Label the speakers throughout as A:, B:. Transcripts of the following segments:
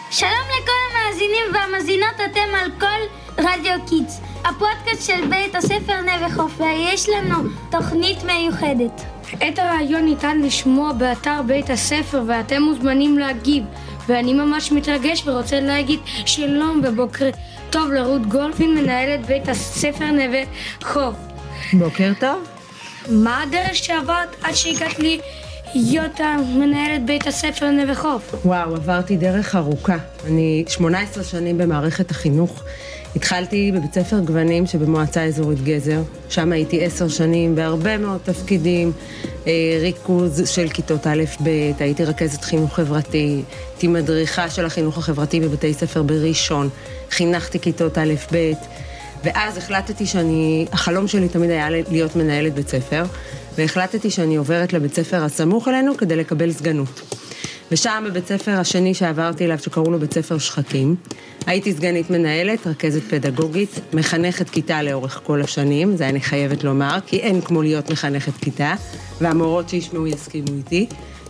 A: שלום לכל המאזינים והמאזינות, אתם על כל רדיו קידס, הפודקאסט של בית הספר נווה חוף, ויש לנו תוכנית מיוחדת.
B: את הרעיון ניתן לשמוע באתר בית הספר ואתם מוזמנים להגיב, ואני ממש מתרגש ורוצה להגיד שלום ובוקר טוב לרות גולפין, מנהלת בית הספר נווה חוף.
C: בוקר טוב.
B: מה הדרך שעברת עד שהגעת להיות מנהלת בית הספר נווה חוף?
C: וואו, עברתי דרך ארוכה. אני 18 שנים במערכת החינוך. התחלתי בבית ספר גוונים שבמועצה אזורית גזר. שם הייתי 10 שנים בהרבה מאוד תפקידים, ריכוז של כיתות א' ב', הייתי רכזת חינוך חברתי, הייתי מדריכה של החינוך החברתי בבתי ספר בראשון, חינכתי כיתות א' ב', ואז החלטתי החלום שלי תמיד היה להיות מנהלת בית ספר, והחלטתי שאני עוברת לבית ספר הסמוך אלינו כדי לקבל סגנות. ושם בבית ספר השני שעברתי אליו, שקראו לו בית ספר שחקים, הייתי סגנית מנהלת, רכזת פדגוגית, מחנכת כיתה לאורך כל השנים, זה אני חייבת לומר, כי אין כמו להיות מחנכת כיתה, והמורות שישמעו יסכימו איתי,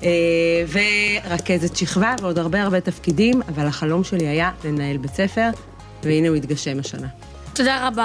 C: ורכזת שכבה ועוד הרבה תפקידים, אבל החלום שלי היה לנהל בית ספר, והנה הוא התגשם השנה.
B: תודה רבה.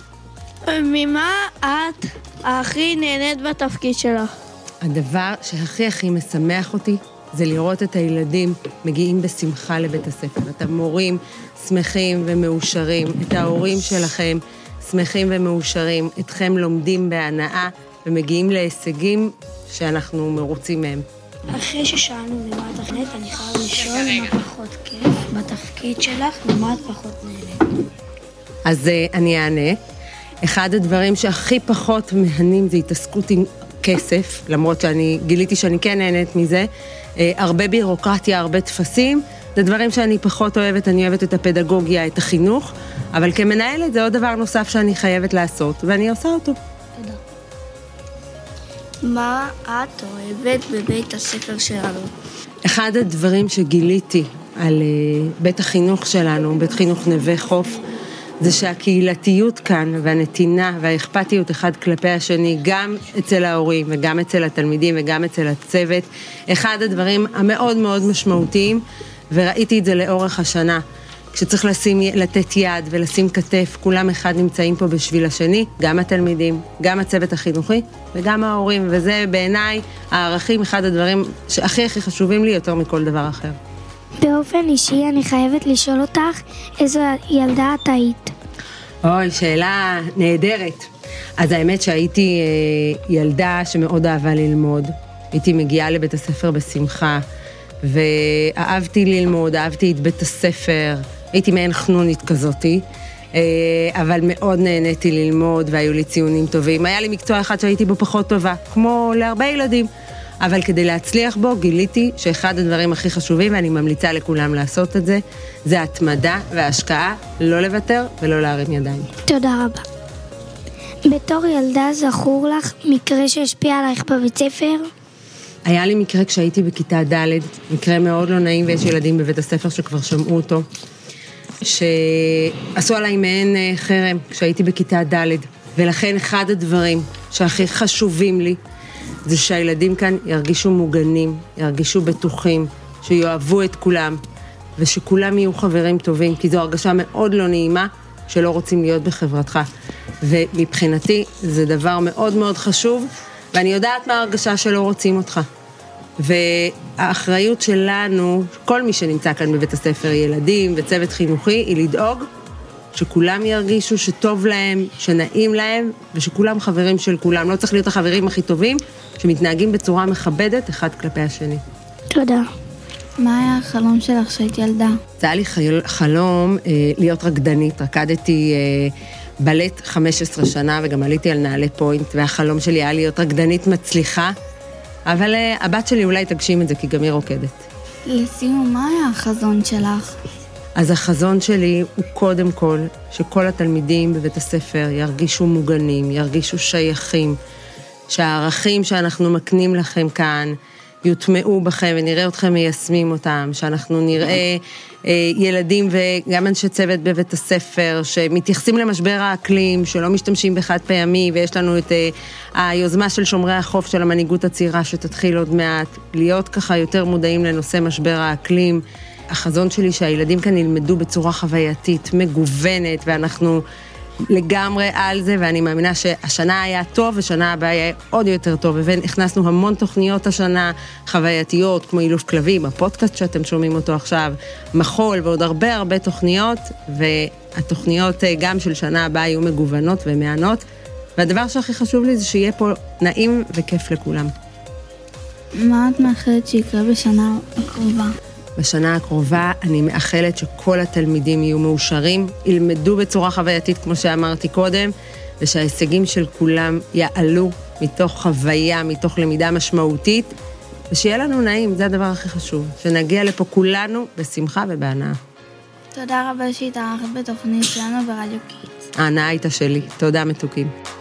D: ממה את הכי נהנית בתפקיד שלך?
C: הדבר שהכי משמח אותי, זה לראות את הילדים מגיעים בשמחה לבית הספר, את המורים שמחים ומאושרים, את ההורים שלכם שמחים ומאושרים, אתכם לומדים בהנאה ומגיעים להישגים שאנחנו מרוצים מהם.
E: אחרי ששאלנו ממה את נהנית, אני חייב לשאול מה פחות כיף בתפקיד שלך, ומה את פחות נהנית.
C: אז אני אענה. אחד הדברים שהכי פחות מהנים זה התעסקות עם כסף, למרות שאני גיליתי שאני כן נהנית מזה, הרבה בירוקרטיה, הרבה תפסים, זה דברים שאני פחות אוהבת, אני אוהבת את הפדגוגיה, את החינוך, אבל כמנהלת זה עוד דבר נוסף שאני חייבת לעשות, ואני עושה אותו.
E: תודה.
D: מה את אוהבת בבית הספר שלנו?
C: אחד הדברים שגיליתי על בית החינוך שלנו, בית חינוך נווה חוף, זה שהקהילתיות כאן והנתינה והאכפתיות אחד כלפי השני, גם אצל ההורים וגם אצל התלמידים וגם אצל הצוות, אחד הדברים המאוד מאוד משמעותיים, וראיתי את זה לאורך השנה. כשצריך לתת יד ולשים כתף, כולם אחד נמצאים פה בשביל השני, גם התלמידים, גם הצוות החינוכי וגם ההורים, וזה בעיניי הערכים, אחד הדברים שהכי חשובים לי יותר מכל דבר אחר.
E: באופן אישי אני חייבת לשאול אותך איזו ילדה את היית.
C: אוי, שאלה נהדרת. אז האמת שהייתי ילדה שמאוד אהבה ללמוד. הייתי מגיעה לבית הספר בשמחה, ואהבתי ללמוד, אהבתי את בית הספר, הייתי מעין חנונית כזאתי, אבל מאוד נהניתי ללמוד והיו לי ציונים טובים. היה לי מקצוע אחד שהייתי בו פחות טובה, כמו להרבה ילדים. אבל כדי להצליח בו גיליתי שאחד הדברים הכי חשובים, ואני ממליצה לכולם לעשות את זה, זה התמדה והשקעה, לא לוותר ולא להרים ידיים.
E: תודה רבה. בתור ילדה זכור לך מקרה שהשפיע עלייך בבית ספר?
C: היה לי מקרה כשהייתי בכיתה ד', מקרה מאוד לא נעים, ויש ילדים בבית הספר שכבר שמעו אותו, שעשו עליי מעין חרם כשהייתי בכיתה ד', ולכן אחד הדברים שהכי חשובים לי, זה שהילדים כאן ירגישו מוגנים, ירגישו בטוחים, שיואהבו את כולם, ושכולם יהיו חברים טובים, כי זו הרגשה מאוד לא נעימה, שלא רוצים להיות בחברתך. ומבחינתי זה דבר מאוד מאוד חשוב, ואני יודעת מה הרגשה שלא רוצים אותך. והאחריות שלנו, כל מי שנמצא כאן בבית הספר, ילדים וצוות חינוכי, היא לדאוג שכולם ירגישו שטוב להם, שנעים להם, ושכולם חברים של כולם. לא צריך להיות החברים הכי טובים, שמתנהגים בצורה מכבדת אחד כלפי השני.
E: תודה.
D: מה היה החלום שלך שהיית ילדה?
C: זה היה לי חלום להיות רקדנית. רקדתי בלט 15 שנה, וגם עליתי על נעלי פוינט, והחלום שלי היה להיות רקדנית מצליחה, אבל הבת שלי אולי תגשים את זה, כי גם היא רוקדת.
D: לסיום, מה היה החזון שלך?
C: אז החזון שלי הוא קודם כל שכל התלמידים בבית הספר ירגישו מוגנים, ירגישו שייכים, שהערכים שאנחנו מקנים לכם כאן יוטמעו בכם ונראה אתכם מיישמים אותם, שאנחנו נראה ילדים וגם אנשי צוות בבית הספר שמתייחסים למשבר האקלים, שלא משתמשים בחד פעמי, ויש לנו את היוזמה של שומרי החוף של המנהיגות הצעירה שתתחיל עוד מעט, להיות ככה יותר מודעים לנושא משבר האקלים, החזון שלי שהילדים כאן ילמדו בצורה חווייתית, מגוונת, ואנחנו לגמרי על זה, ואני מאמינה שהשנה היה טוב, ושנה הבאה יהיה עוד יותר טוב, והכנסנו המון תוכניות השנה חווייתיות, כמו אילוף כלבים, הפודקאסט שאתם שומעים אותו עכשיו, מחול, ועוד הרבה תוכניות, והתוכניות גם של שנה הבאה יהיו מגוונות ומענות, והדבר שהכי חשוב לי זה שיהיה פה נעים וכיף לכולם.
D: מה את מאחלת שיקרה בשנה הקרובה?
C: בשנה הקרובה אני מאחלת שכל התלמידים יהיו מאושרים, ילמדו בצורה חווייתית, כמו שאמרתי קודם, ושההישגים של כולם יעלו מתוך חוויה, מתוך למידה משמעותית, ושיהיה לנו נעים, זה הדבר הכי חשוב, שנגיע לפה כולנו בשמחה ובהנאה.
D: תודה רבה שהתארחת בתוכנית שלנו ברדיו קיטס.
C: ההנאה הייתה שלי, תודה מתוקים.